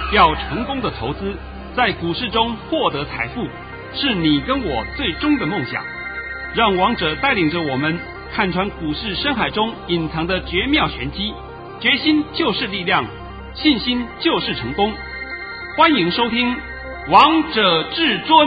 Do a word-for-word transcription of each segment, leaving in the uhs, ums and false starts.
要成功的投资，在股市中获得财富，是你跟我最终的梦想。让王者带领着我们看穿股市深海中隐藏的绝妙玄机，决心就是力量，信心就是成功。欢迎收听《王者至尊》。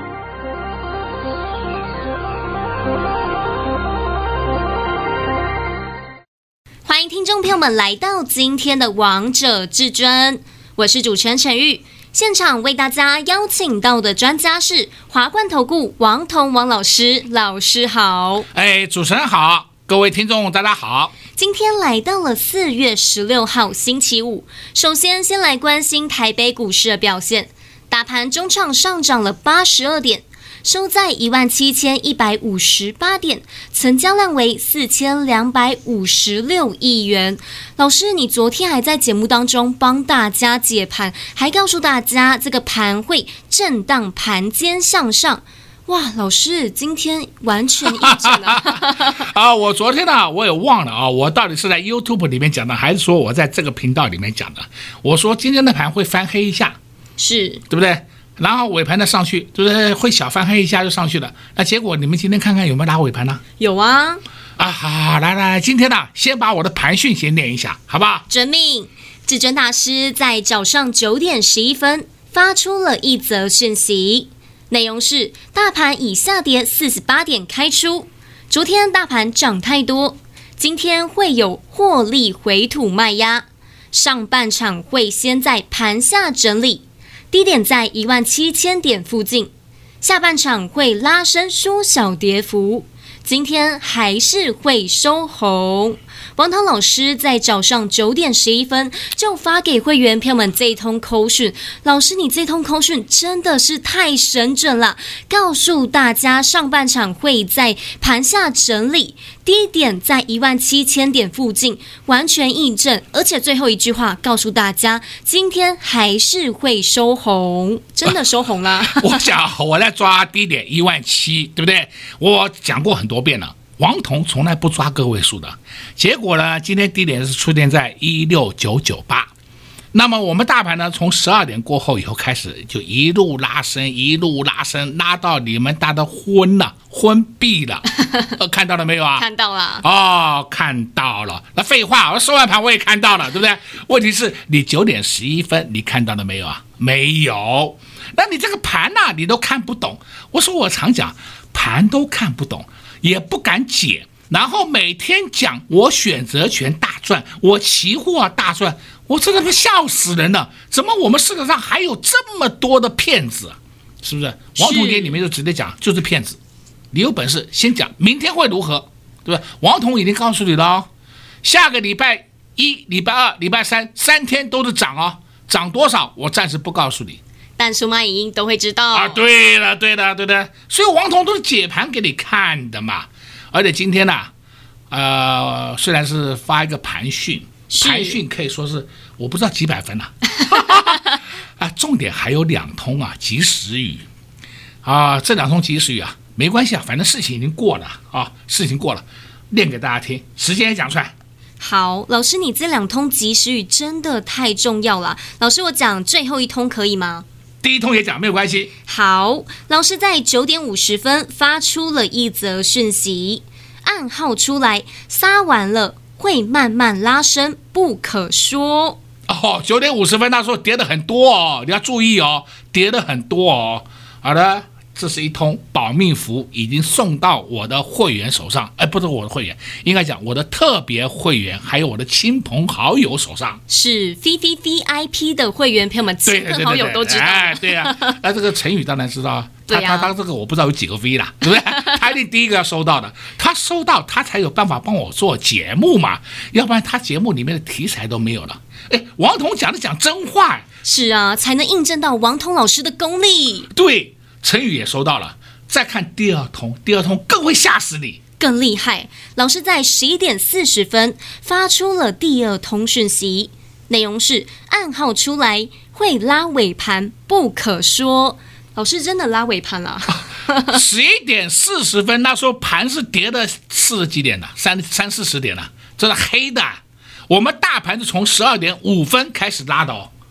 欢迎听众朋友们来到今天的《王者至尊》，我是主持人陈玉。现场为大家邀请到的专家是华冠投顾王彤王老师，老师好。 哎，主持人好，各位听众大家好。 今天来到了四月十六号星期五，首先先来关心台北股市的表现，大盘中场上涨了八十二点，收在一万七千一百五十八点，成交量为四千两百五十六亿元。老师，你昨天还在节目当中帮大家解盘，还告诉大家这个盘会震荡盘间向上。哇，老师，今天完全印证了啊！我昨天呢，我也忘了啊，我到底是在 YouTube 里面讲的，还是说我在这个频道里面讲的？我说今天的盘会翻黑一下， 是对不对？然后尾盘的上去，对不对？会小翻黑一下就上去了。那结果你们今天看看有没有拉尾盘呢？ 有啊。 啊，好，来来，今天呢，先把我的盘讯先念一下，好不好？ 遵命。至尊大师在早上九点十一分发出了一则讯息，内容是：大盘以下跌四十八点开出，昨天大盘涨太多，今天会有获利回吐卖压，上半场会先在盘下整理，低点在一万七千点附近，下半场会拉升缩小跌幅，今天还是会收红。王涛老师在早上九点十一分就发给会员朋友们这一通口讯，老师你这通口讯真的是太神准了，告诉大家上半场会在盘下整理，低点在一万七千点附近，完全印证。而且最后一句话告诉大家，今天还是会收红，真的收红了。 我想我在抓低点一万七，对不对？我讲过很多遍了。王彤从来不抓个位数的，结果呢，今天低点是出现在一六九九八。那么我们大盘呢，从十二点过后以后开始就一路拉升，一路拉升，拉到你们大的昏了，昏闭了。看到了没有啊？ 看到了。 哦，看到了。那废话，我收完盘我也看到了，对不对？问题是你九点十一分你看到了没有啊？没有。那你这个盘啊，你都看不懂。我说我常讲，盘都看不懂。也不敢解，然后每天讲我选择权大赚，我期货大赚，我真的不笑死人了！怎么我们市场上还有这么多的骗子啊？是不是？王彤节里面就直接讲就是骗子，你有本事先讲明天会如何，对吧？王彤已经告诉你了哦，下个礼拜一、礼拜二、礼拜三三天都是涨哦，涨多少我暂时不告诉你。 但数码影音都会知道啊！对了，对了，对的，所以王彤都是解盘给你看的嘛。而且今天呢、啊，呃，虽然是发一个盘讯，盘讯可以说是我不知道几百分了、啊，啊，重点还有两通啊，及时雨啊，这两通及时雨啊，没关系啊，反正事情已经过了啊，事情过了，念给大家听，时间也讲出来。 好，老师，你这两通及时雨真的太重要了。老师，我讲最后一通可以吗？ 第一通也讲没有关系。 好，老师在九点五十分发出了一则讯息，暗号出来，杀完了会慢慢拉升，不可说。 哦，九点五十分那时候跌的很多哦，你要注意哦，跌的很多哦。好的，这是一通保命符，已经送到我的会员手上，哎，不是我的会员，应该讲我的特别会员，还有我的亲朋好友手上。 是 V V V I P 的会员朋友们，亲朋好友都知道。 哎，对呀、啊，那这个陈宇当然知道，他、啊、他他这个我不知道有几个 V 啦，对不对？他一定第一个要收到的，他收到他才有办法帮我做节目嘛，要不然他节目里面的题材都没有了。哎，王彤讲的讲真话。 是啊，才能印证到王彤老师的功力。 对。陈宇也收到了，再看第二通，第二通更会吓死你， 更厉害。老师在十一点四十分发出了第二通讯息，内容是暗号出来，会拉尾盘，不可说。老师真的拉尾盘了。 十一点四十分，那时候盘是跌的四十几点的，三三四十点了，这是黑的。我们大盘是从十二点五分开始拉的哦，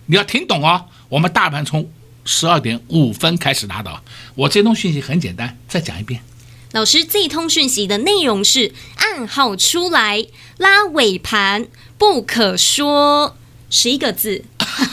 你要听懂哦。我们大盘从十二点五分开始拉的，我这通讯息很简单，再讲一遍。 老师，这一通讯息的内容是暗号出来，拉尾盘不可说，十一个字。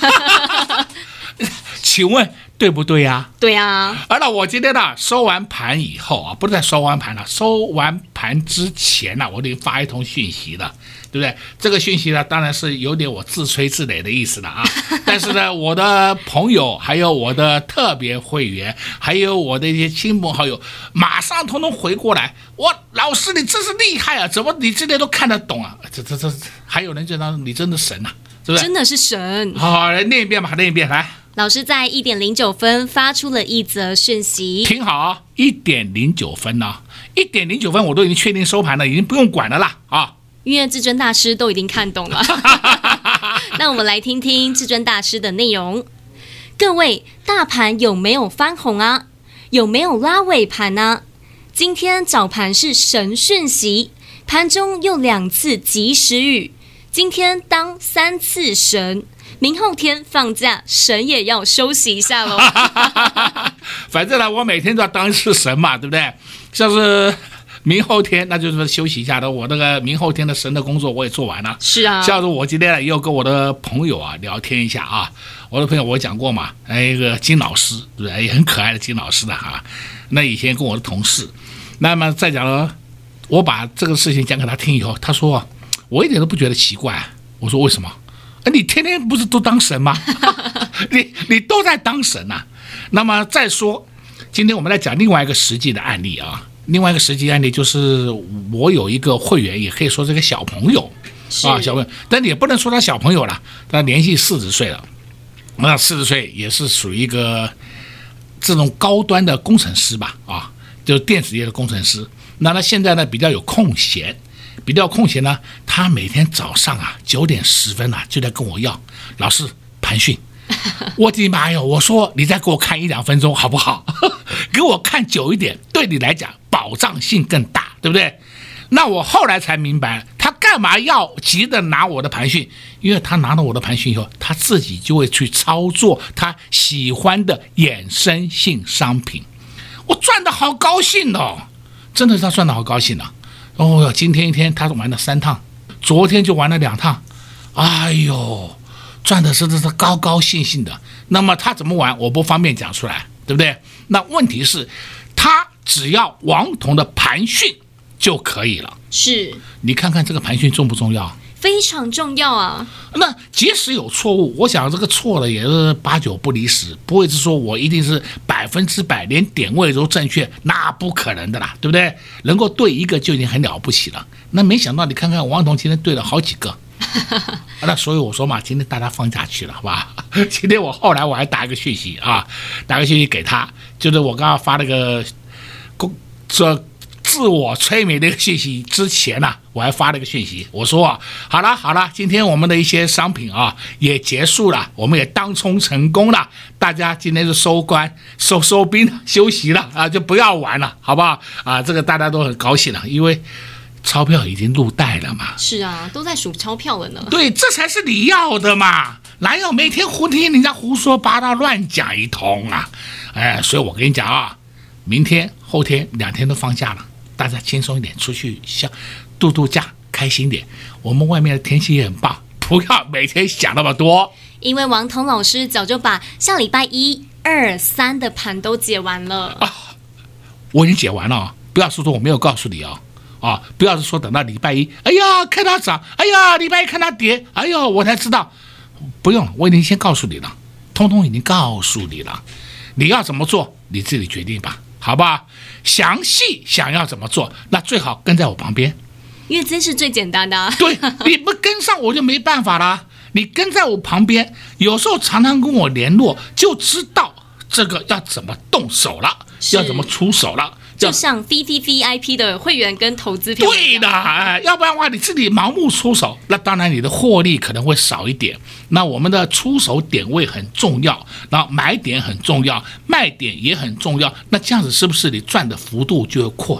请问对不对呀？ 对啊。 而那我今天呢收完盘以后啊，不是在收完盘了，收完盘之前呢、啊，我得发一通讯息了，对不对？这个讯息呢，当然是有点我自吹自擂的意思了啊。但是呢，我的朋友，还有我的特别会员，还有我的一些亲朋好友，马上统统回过来，哇，老师你真是厉害啊！怎么你这些都看得懂啊？这这这，还有人觉得你真的神啊，是不是？ 真的是神。 好，来念一遍吧，念一遍来。 老师在一点零九分发出了一则讯息， 听好啊，一点零九分呢、啊，一点零九分我都已经确定收盘了，已经不用管了啦啊！ 因为至尊大师都已经看懂了。那我们来听听至尊大师的内容。各位，大盘有没有翻红啊？有没有拉尾盘啊？今天早盘是神讯息，盘中又两次及时雨，今天当三次神。明后天放假，神也要休息一下喽。 反正呢，我每天都要当一次神嘛，对不对？像是明后天，那就是休息一下的。我那个明后天的神的工作我也做完了。 是啊。 像是我今天又跟我的朋友啊聊天一下啊，我的朋友我讲过嘛，那个金老师，对不对？也很可爱的金老师的哈、啊。那以前跟我的同事，那么再讲了，我把这个事情讲给他听以后，他说我一点都不觉得奇怪。我说为什么？你天天不是都当神吗？你你都在当神呐、啊。那么再说，今天我们来讲另外一个实际的案例啊。另外一个实际案例就是我有一个会员，也可以说是个小朋友啊，小朋友，但也不能说他小朋友了，他年纪四十岁了。那四十岁也是属于一个这种高端的工程师吧，啊，就是电子业的工程师。那他现在呢比较有空闲。比较空闲呢，他每天早上啊九点十分啊就在跟我要老师盘讯，我的妈哟！我说你再给我看一两分钟好不好？给我看久一点，对你来讲保障性更大，对不对？那我后来才明白，他干嘛要急着拿我的盘讯？因为他拿了我的盘讯以后，他自己就会去操作他喜欢的衍生性商品。我赚得好高兴哦，真的是他赚得好高兴啊！哦，今天一天他玩了三趟，昨天就玩了两趟，哎呦，赚的是真是高高兴兴的。那么他怎么玩，我不方便讲出来，对不对？那问题是，他只要王彤的盘讯就可以了。 是， 你看看这个盘讯重不重要？ 非常重要啊。 那即使有错误，我想这个错了也是八九不离十，不会是说我一定是百分之百连点位都正确，那不可能的啦，对不对？能够对一个就已经很了不起了。那没想到你看看王彤今天对了好几个。那所以我说嘛，今天大家放假去了，好吧？今天我后来我还打一个讯息啊，打个讯息给他，就是我刚刚发那个公这。自我催眠的一个讯息之前呢、啊，我还发了一个讯息，我说啊，好了好了，今天我们的一些商品啊也结束了，我们也当冲成功了，大家今天是收官收收兵休息了啊，就不要玩了，好不好啊？这个大家都很高兴了，因为钞票已经入袋了嘛。 是啊，都在数钞票了呢。 对，这才是你要的嘛，哪有每天胡听人家胡说八道乱讲一通啊？哎，所以我跟你讲啊，明天后天两天都放假了。大家轻松一点，出去像度度假，开心点。我们外面的天气也很棒，不要每天想那么多。 因为王彤老师早就把下礼拜一、二、三的盘都解完了啊， 我已经解完了，不要说说我没有告诉你哦，啊，不要是说等到礼拜一，哎呀看它涨，哎呀礼拜一看它跌，哎呦我才知道，不用了，我已经先告诉你了，通通已经告诉你了，你要怎么做你自己决定吧。好不好？详细想要怎么做，那最好跟在我旁边， 因为这是最简单的、啊。对， 你不跟上我就没办法啦。你跟在我旁边，有时候常常跟我联络，就知道这个要怎么动手了，要怎么出手了。 就像 V V V I P 的会员跟投资票， 对的，哎，要不然的话你自己盲目出手，那当然你的获利可能会少一点。那我们的出手点位很重要，然后买点很重要，卖点也很重要。那这样子是不是你赚的幅度就会扩大？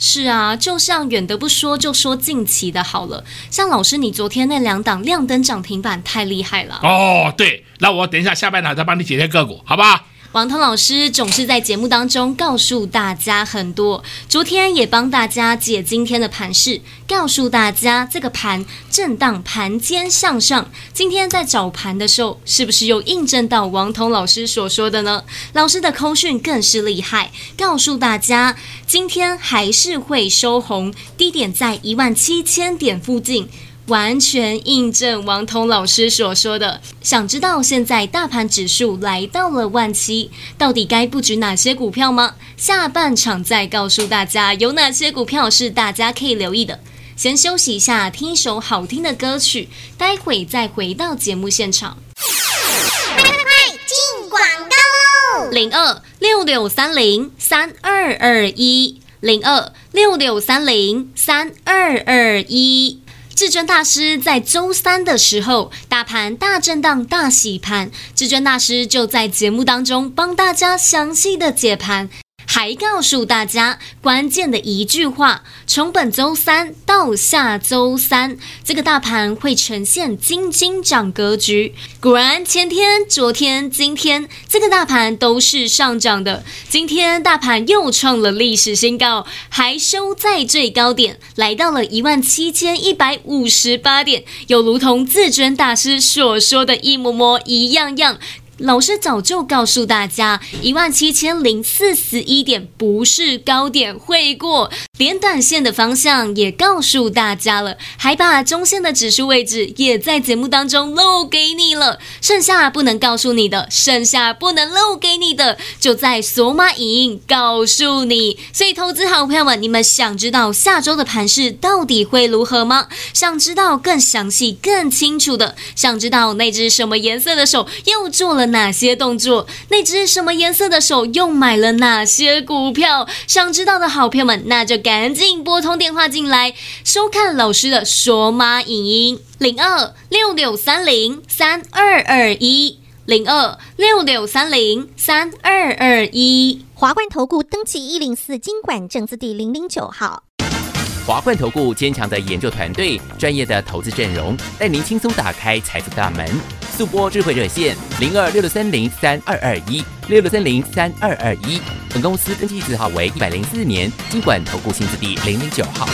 是啊，就像远的不说，就说近期的好了。像老师，你昨天那两档亮灯涨停板太厉害了。 哦，对，那我等一下下半场再帮你解解个股，好不好？ 王彤老师总是在节目当中告诉大家很多，昨天也帮大家解今天的盘势，告诉大家这个盘震荡盘间向上。今天在早盘的时候，是不是又印证到王彤老师所说的呢？老师的扣讯更是厉害，告诉大家今天还是会收红，低点在一万七千点附近。完全印证王彤老师所说的。想知道现在大盘指数来到了万七，到底该布局哪些股票吗？下半场再告诉大家有哪些股票是大家可以留意的。先休息一下，听一首好听的歌曲，待会再回到节目现场。 快快快，进广告喽！ 零二六六三零三二二一，零二六六三零三二二一。至尊大师在周三的时候，大盘大震荡大洗盘，至尊大师就在节目当中帮大家详细的解盘，还告诉大家关键的一句话，从本周三到下周三，这个大盘会呈现金金涨格局。果然前天、昨天、今天这个大盘都是上涨的，今天大盘又创了历史新高，还收在最高点，来到了一万七千一百五十八点，有如同至尊大师所说的一模模一样样。老师早就告诉大家，一万七千零四十一点不是高点，会过。连短线的方向也告诉大家了，还把中线的指数位置也在节目当中漏给你了。剩下不能告诉你的，剩下不能漏给你的，就在索马影音告诉你。所以投资好朋友们，你们想知道下周的盘势到底会如何吗？想知道更详细、更清楚的，想知道那只什么颜色的手又做了哪些动作，那只什么颜色的手又买了哪些股票？想知道的好朋友们，那就赶紧拨通电话进来收看老师的索马影音零二六六三零三二二一零二六六三零三二二一。 华冠投顾登记一零四金管证字第零零九号。 华冠投顾坚强的研究团队，专业的投资阵容，带您轻松打开财富大门。速播智慧热线零二六六三零三二二一六六三零三二二一。本公司登记字号为一百零四年金管投顾新字第零零九号。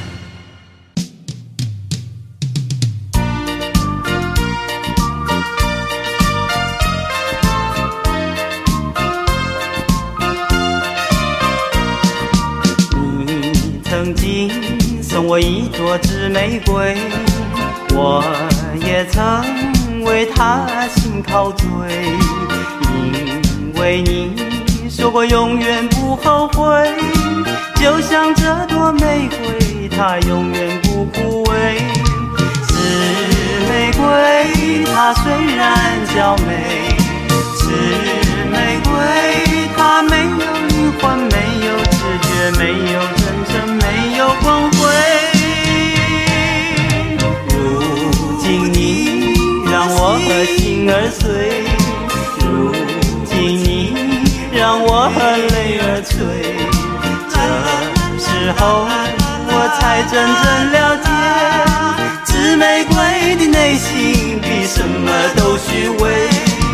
你曾经送我一朵紫玫瑰，我也曾为它心陶醉，因为你说过永远不后悔，就像这朵玫瑰，它永远不枯萎。紫玫瑰它虽然娇美，紫玫瑰它没有灵魂，没有直觉，没有真诚，没有光辉。如今你让我和心儿碎，如今你让我和泪儿垂。这时候我才真正了解，紫玫瑰的内心比什么都虚伪。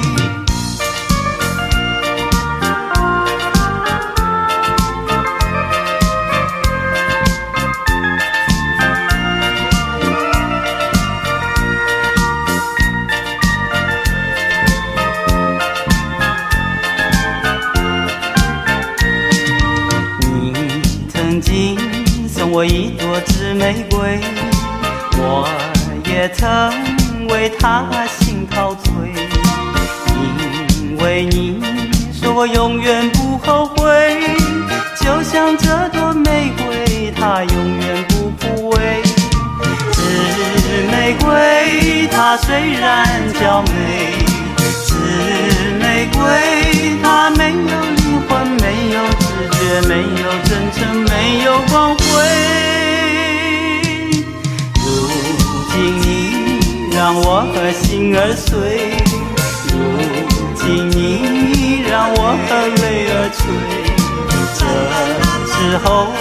我一朵紫玫瑰，我也曾为它心陶醉，因为你说我永远不后悔，就像这朵玫瑰，它永远不枯萎。紫玫瑰它虽然娇美，紫玫瑰它没有灵魂，没有直觉，没有真诚，没有光辉。如今你让我和心儿碎，如今你让我和泪儿垂。这时候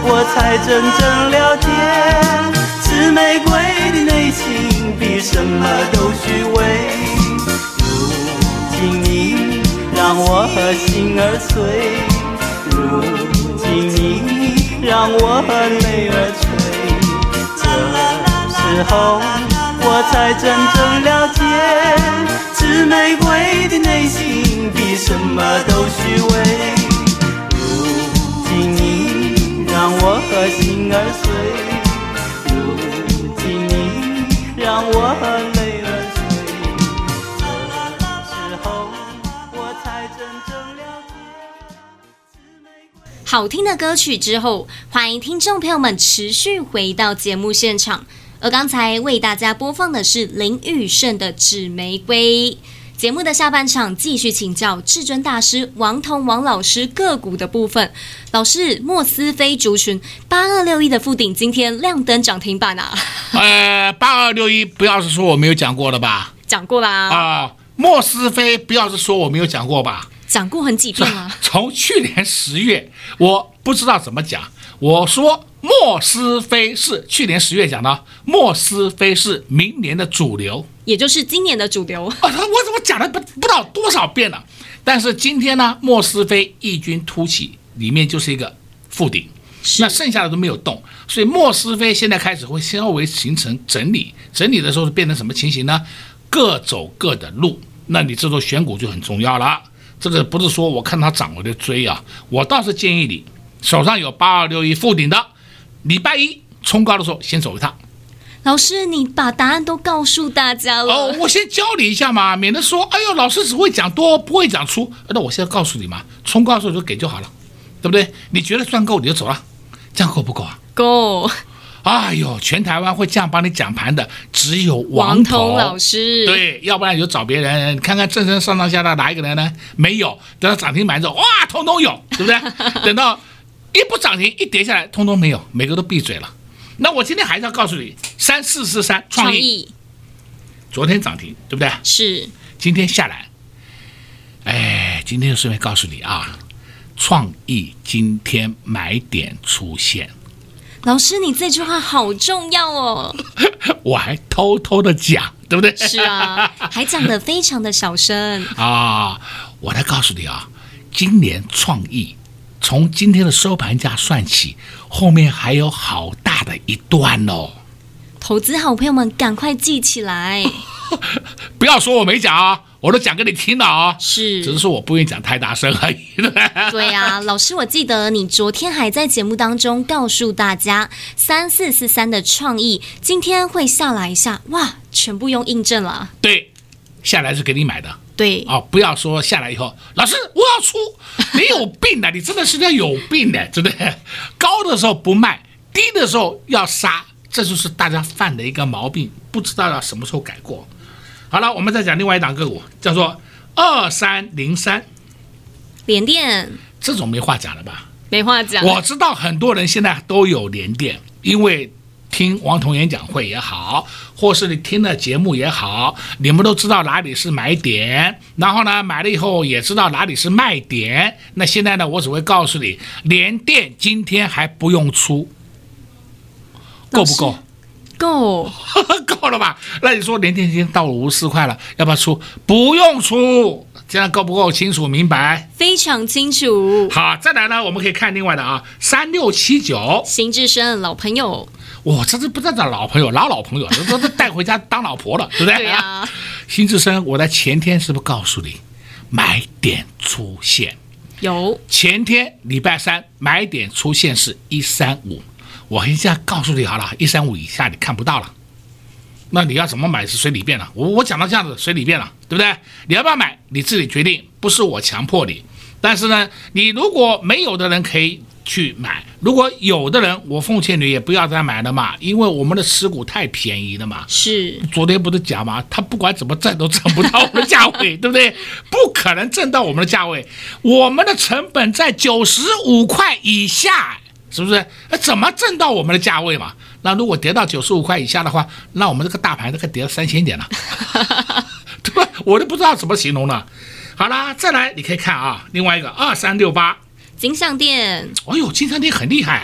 我才真正了解，赤玫瑰的内心比什么都虚伪。如今你让我心儿碎，如今你让我泪儿垂，这时候我才真正了解，赤玫瑰的内心比什么都虚伪。如今你让我心儿碎，如今你让我泪儿垂，这时候我才真正了解。 好听的歌曲之后，欢迎听众朋友们持续回到节目现场。而刚才为大家播放的是林雨胜的《纸玫瑰》。节目的下半场继续请教至尊大师王彤王老师个股的部分。老师，莫斯菲族群八二六一的富鼎今天亮灯涨停板啊！ 呃，八二六一不要是说我没有讲过了吧？ 讲过啦。 啊、呃，莫斯菲不要是说我没有讲过吧？ 讲过很几遍了。 从去年十月，我不知道怎么讲，我说莫斯菲是去年十月讲的，莫斯菲是明年的主流，也就是今年的主流。啊、我怎么讲了不不知道多少遍了？但是今天呢，莫斯菲异军突起，里面就是一个负顶，那剩下的都没有动，所以莫斯菲现在开始会稍微形成整理，整理的时候变成什么情形呢？各走各的路，那你这时候选股就很重要了。这个不是说我看它涨我就追啊，我倒是建议你手上有八二六一负顶的，礼拜一冲高的时候先走一趟。 老师，你把答案都告诉大家了。 哦，我先教你一下嘛，免得说，哎呦，老师只会讲多，不会讲粗。那我现在告诉你嘛，冲高的时候就给就好了，对不对？你觉得赚够你就走了，这样够不够啊？ 够。 哎呦，全台湾会这样帮你讲盘的只有王彤老师。 对，要不然你就找别人，看看正身上上下下哪一个人呢？没有，等到涨停板之后，哇，通通有，对不对？等到一不涨停一跌下来，通通没有，每个都闭嘴了。那我今天还是要告诉你，三四四三创意，昨天涨停，对不对？ 是。 今天下来，哎，今天就顺便告诉你啊，创意今天买点出现。 老师，你这句话好重要哦。 我还偷偷的讲，对不对？ 是啊，还讲得非常的小声啊。我来告诉你啊，今年创意从今天的收盘价算起，后面还有好大的一段哦。 投资好朋友们赶快记起来。 不要说我没讲啊，我都讲给你听了啊。 是， 只是说我不愿意讲太大声而已。 对啊，老师，我记得你昨天还在节目当中告诉大家，三四四三的创意今天会下来一下，哇，全部用印证了。 对，下来是给你买的。 对哦，不要说下来以后，老师我要出，你有病的，你真的是要有病的，对不对？高的时候不卖，低的时候要杀，这就是大家犯的一个毛病，不知道要什么时候改过。好了，我们再讲另外一档个股，叫做二三零三联电， 这种没话讲了吧？ 没话讲。 我知道很多人现在都有联电，因为听王彤演讲会也好，或是你听了节目也好，你们都知道哪里是买点，然后呢买了以后也知道哪里是卖点。那现在呢，我只会告诉你，联电今天还不用出，够不够？ 够。 够了吧？那你说联电今天到五十四块了，要不要出？不用出。这样够不够清楚明白？ 非常清楚。 好，再来呢，我们可以看另外的啊，三六七九， 邢志生老朋友。 哇，这是不知道老朋友，老老朋友，这都带回家当老婆了，对不对？ 对啊。 邢志生，我在前天是不是告诉你，买点出现？ 有。前天礼拜三买点出现是一三五，我一下告诉你好了，一三五以下你看不到了。那你要怎么买是随你便了，我我讲到这样子随你便了，对不对？你要不要买你自己决定，不是我强迫你。但是呢，你如果没有的人可以去买，如果有的人，我奉劝你也不要再买了嘛，因为我们的持股太便宜了嘛。 是， 昨天不是讲嘛，他不管怎么挣都挣不到我们的价位，对不对？不可能挣到我们的价位，我们的成本在九十五块以下，是不是？怎么挣到我们的价位嘛？那如果跌到九十五块以下的话，那我们这个大盘这个跌了三千点了，对吧？我都不知道怎么形容了。好啦，再来你可以看啊，另外一个二三六八金像店， 哎呦，金像店很厉害啊！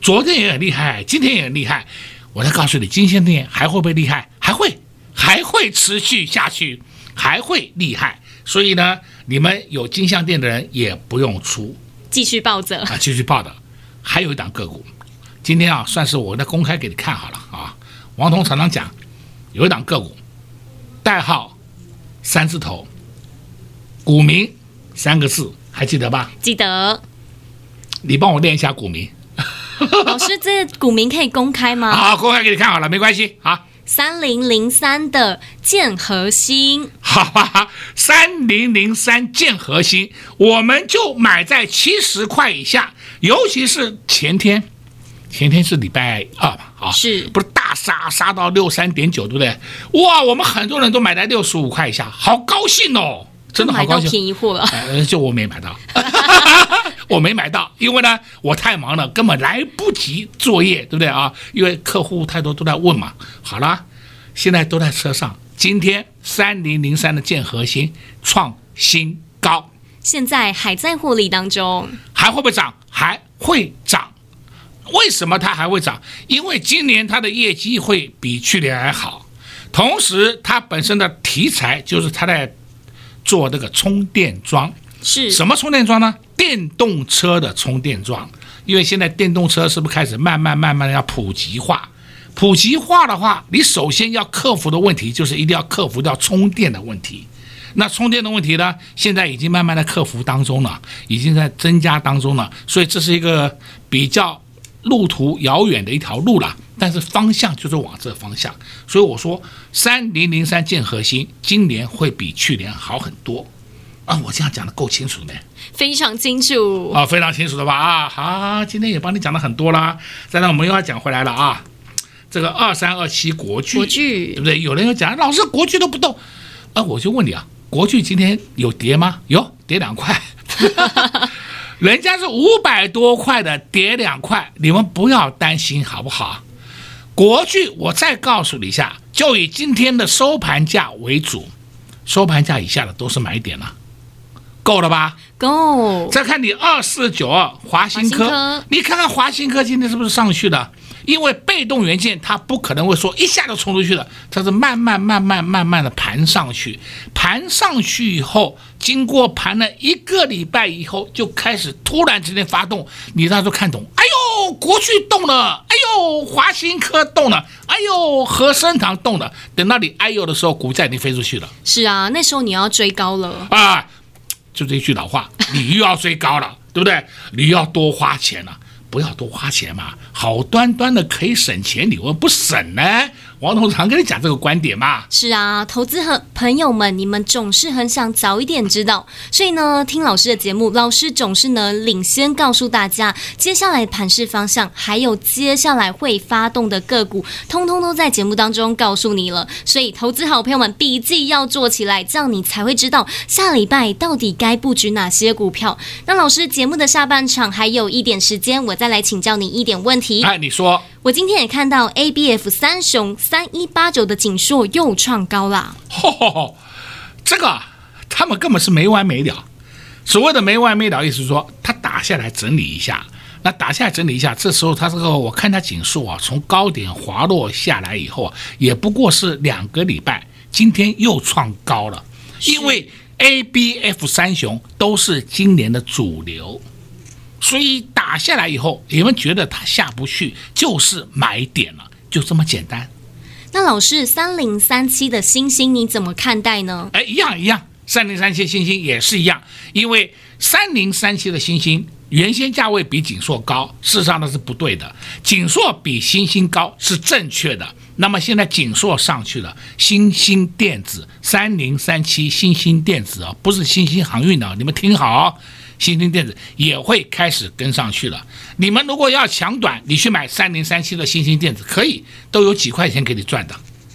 昨天也很厉害，今天也很厉害。我再告诉你，金项链还会不会厉害？还会，还会持续下去，还会厉害。所以呢，你们有金项链的人也不用出， 继续抱着啊，继续抱的。还有一档个股，今天啊，算是我在公开给你看好了啊。王彤常常讲，有一档个股，代号三字头，股名三个字，还记得吧？ 记得。 你帮我练一下股名。 老师，这股名可以公开吗？ 好，公开给你看好了，没关系。好， 三零零三的建和兴， 好吧，三零零三建和兴，我们就买在七十块以下，尤其是前天，前天是礼拜二吧？啊， 是不是大杀杀到六三点九，对不对？哇，我们很多人都买在六十五块以下，好高兴哦，真的好高兴， 买到便宜货了。 呃，就我没买到。我没买到，因为呢，我太忙了，根本来不及作业，对不对啊？因为客户太多都在问嘛。好了，现在都在车上。今天三零零三的建和兴创新高， 现在还在获利当中， 还会不会涨？还会涨。为什么它还会涨？因为今年它的业绩会比去年还好，同时它本身的题材就是它在做那个充电桩。 是什么充电桩呢？电动车的充电桩。因为现在电动车是不是开始慢慢慢慢的要普及化？普及化的话，你首先要克服的问题就是一定要克服掉充电的问题。那充电的问题呢，现在已经慢慢的克服当中了，已经在增加当中了，所以这是一个比较路途遥远的一条路了，但是方向就是往这方向。所以我说三零零三建和兴今年会比去年好很多啊，我这样讲的够清楚呢？ 非常清楚啊，非常清楚的吧？啊，好，今天也帮你讲的很多啦。再来，我们又要讲回来了啊。这个二三二七国巨， 国巨对不对？有人又讲，老师国巨都不动，啊，我就问你啊，国巨今天有跌吗？有，跌两块。人家是五百多块的，跌两块，你们不要担心好不好？国巨，我再告诉你一下，就以今天的收盘价为主，收盘价以下的都是买点了。够了吧？ 够。 再看你二四九二华新科， 科你看看华新科今天是不是上去的？因为被动元件它不可能会说一下就冲出去了，它是慢慢慢慢慢慢的盘上去，盘上去以后，经过盘了一个礼拜以后，就开始突然之间发动，你那时候看懂，哎呦，国巨动了，哎呦，华新科动了，哎呦，和生堂动了，等到你哎呦的时候，股价已经飞出去了。 是啊，那时候你要追高了啊。就这句老话，你又要追高了，对不对？你要多花钱了，不要多花钱嘛，好端端的可以省钱，你为不省呢？王董常跟你讲这个观点嘛。 是啊，投资和朋友们，你们总是很想早一点知道，所以呢，听老师的节目，老师总是呢领先告诉大家接下来盘势方向，还有接下来会发动的个股，通通都在节目当中告诉你了。所以投资好朋友们笔记要做起来，这样你才会知道下礼拜到底该布局哪些股票。那老师节目的下半场还有一点时间，我再来请教你一点问题。 哎，你说。 我今天也看到 A B F 三雄三一八九的景硕又创高啦。 吼吼吼，这个他们根本是没完没了。所谓的没完没了，意思是说他打下来整理一下，那打下来整理一下，这时候他这个我看他景硕啊，从高点滑落下来以后啊，也不过是两个礼拜，今天又创高了。因为 A B F 三雄都是今年的主流。所以打下来以后，你们觉得它下不去，就是买点了，就这么简单。 那老师，三零三七的星星你怎么看待呢？ 哎，一样一样，三零三七星星也是一样，因为三零三七的星星原先价位比景硕高，事实上那是不对的，景硕比星星高是正确的。那么现在景硕上去了，新兴电子三零三七新兴电子啊，不是新兴航运啊，你们听好。新兴电子也会开始跟上去了。你们如果要抢短，你去买三零三七的新兴电子可以，都有几块钱给你赚的。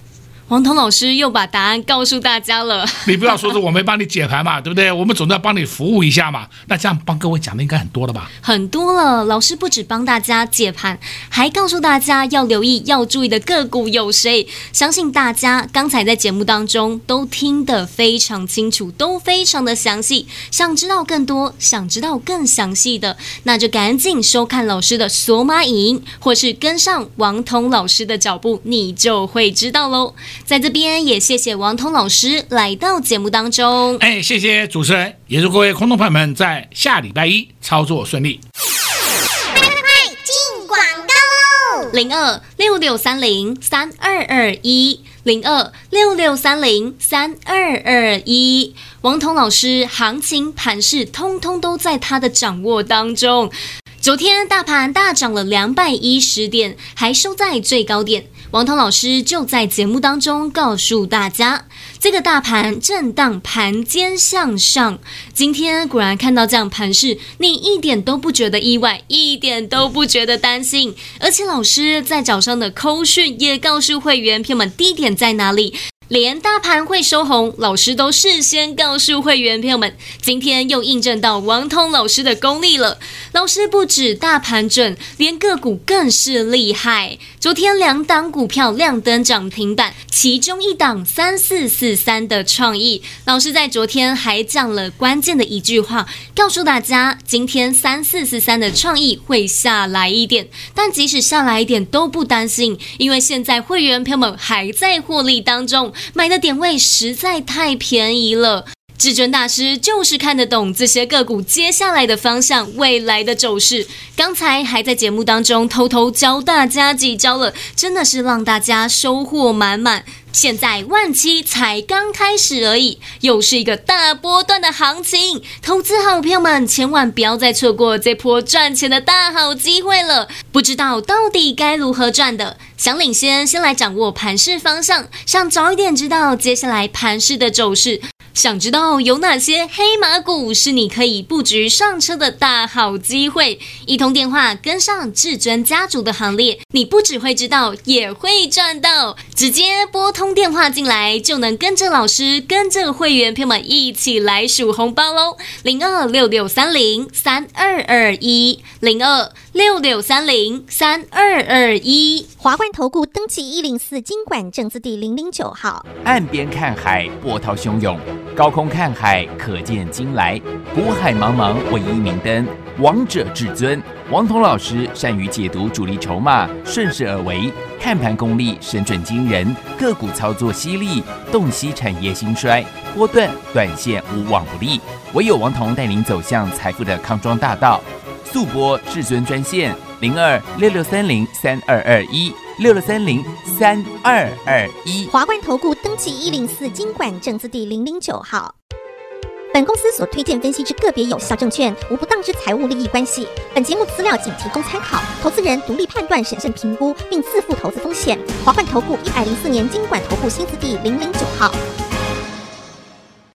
王彤老师又把答案告诉大家了。 你不要说是我没帮你解盘嘛，对不对？我们总要帮你服务一下嘛。那这样帮各位讲的应该很多了吧？ 很多了，老师不止帮大家解盘，还告诉大家要留意、要注意的个股有谁。相信大家刚才在节目当中都听得非常清楚，都非常的详细。想知道更多，想知道更详细的，那就赶紧收看老师的索马影音，或是跟上王彤老师的脚步，你就会知道喽。在这边也谢谢王彤老师来到节目当中。 哎，谢谢主持人，也祝各位空头朋友们在下礼拜一操作顺利。 零二六六三零三二二一，零二六六三零三二二一。王彤老师，行情盘势通通都在他的掌握当中。昨天大盘大涨了两百一十点，还收在最高点。王彤老师就在节目当中告诉大家，这个大盘震荡盘间向上。今天果然看到这样盘势，你一点都不觉得意外，一点都不觉得担心。而且老师在早上的扣讯也告诉会员朋友们低点在哪里。连大盘会收红，老师都事先告诉会员朋友们，今天又印证到王彤老师的功力了。老师不止大盘准，连个股更是厉害。昨天两档股票亮灯涨停板，其中一档三四四三的创意，老师在昨天还讲了关键的一句话，告诉大家今天三四四三的创意会下来一点，但即使下来一点都不担心，因为现在会员朋友们还在获利当中。买的点位实在太便宜了，至尊大师就是看得懂这些个股接下来的方向、未来的走势。刚才还在节目当中偷偷教大家几招了，真的是让大家收获满满。现在万七才刚开始而已，又是一个大波段的行情，投资好朋友们千万不要再错过这波赚钱的大好机会了。不知道到底该如何赚的，想领先先来掌握盘势方向，想早一点知道接下来盘势的走势，想知道有哪些黑马股是你可以布局上车的大好机会，一通电话跟上至尊家族的行列，你不只会知道，也会赚到。直接拨通电话进来，就能跟着老师，跟着会员朋友们一起来数红包喽！零二六六三零三二二一，零二六六三零三二二一。 华冠投顾登记一零四金管证字第零零九号。 岸边看海，波涛汹涌；高空看海，可见金来。股海茫茫，唯一明灯。王者至尊，王彤老师善于解读主力筹码，顺势而为，看盘功力神准惊人，个股操作犀利，洞悉产业兴衰，波段短线无往不利。唯有王彤带领走向财富的康庄大道。速播至尊专线零二六六三零三二二一六六三零三二二一。 华冠投顾登记一零四金管证字第零零九号。本公司所推荐分析之个别有效证券，无不当之财务利益关系。本节目资料仅提供参考，投资人独立判断、审慎评估，并自负投资风险。华冠投顾一百零四年金管投顾新字第零零九号。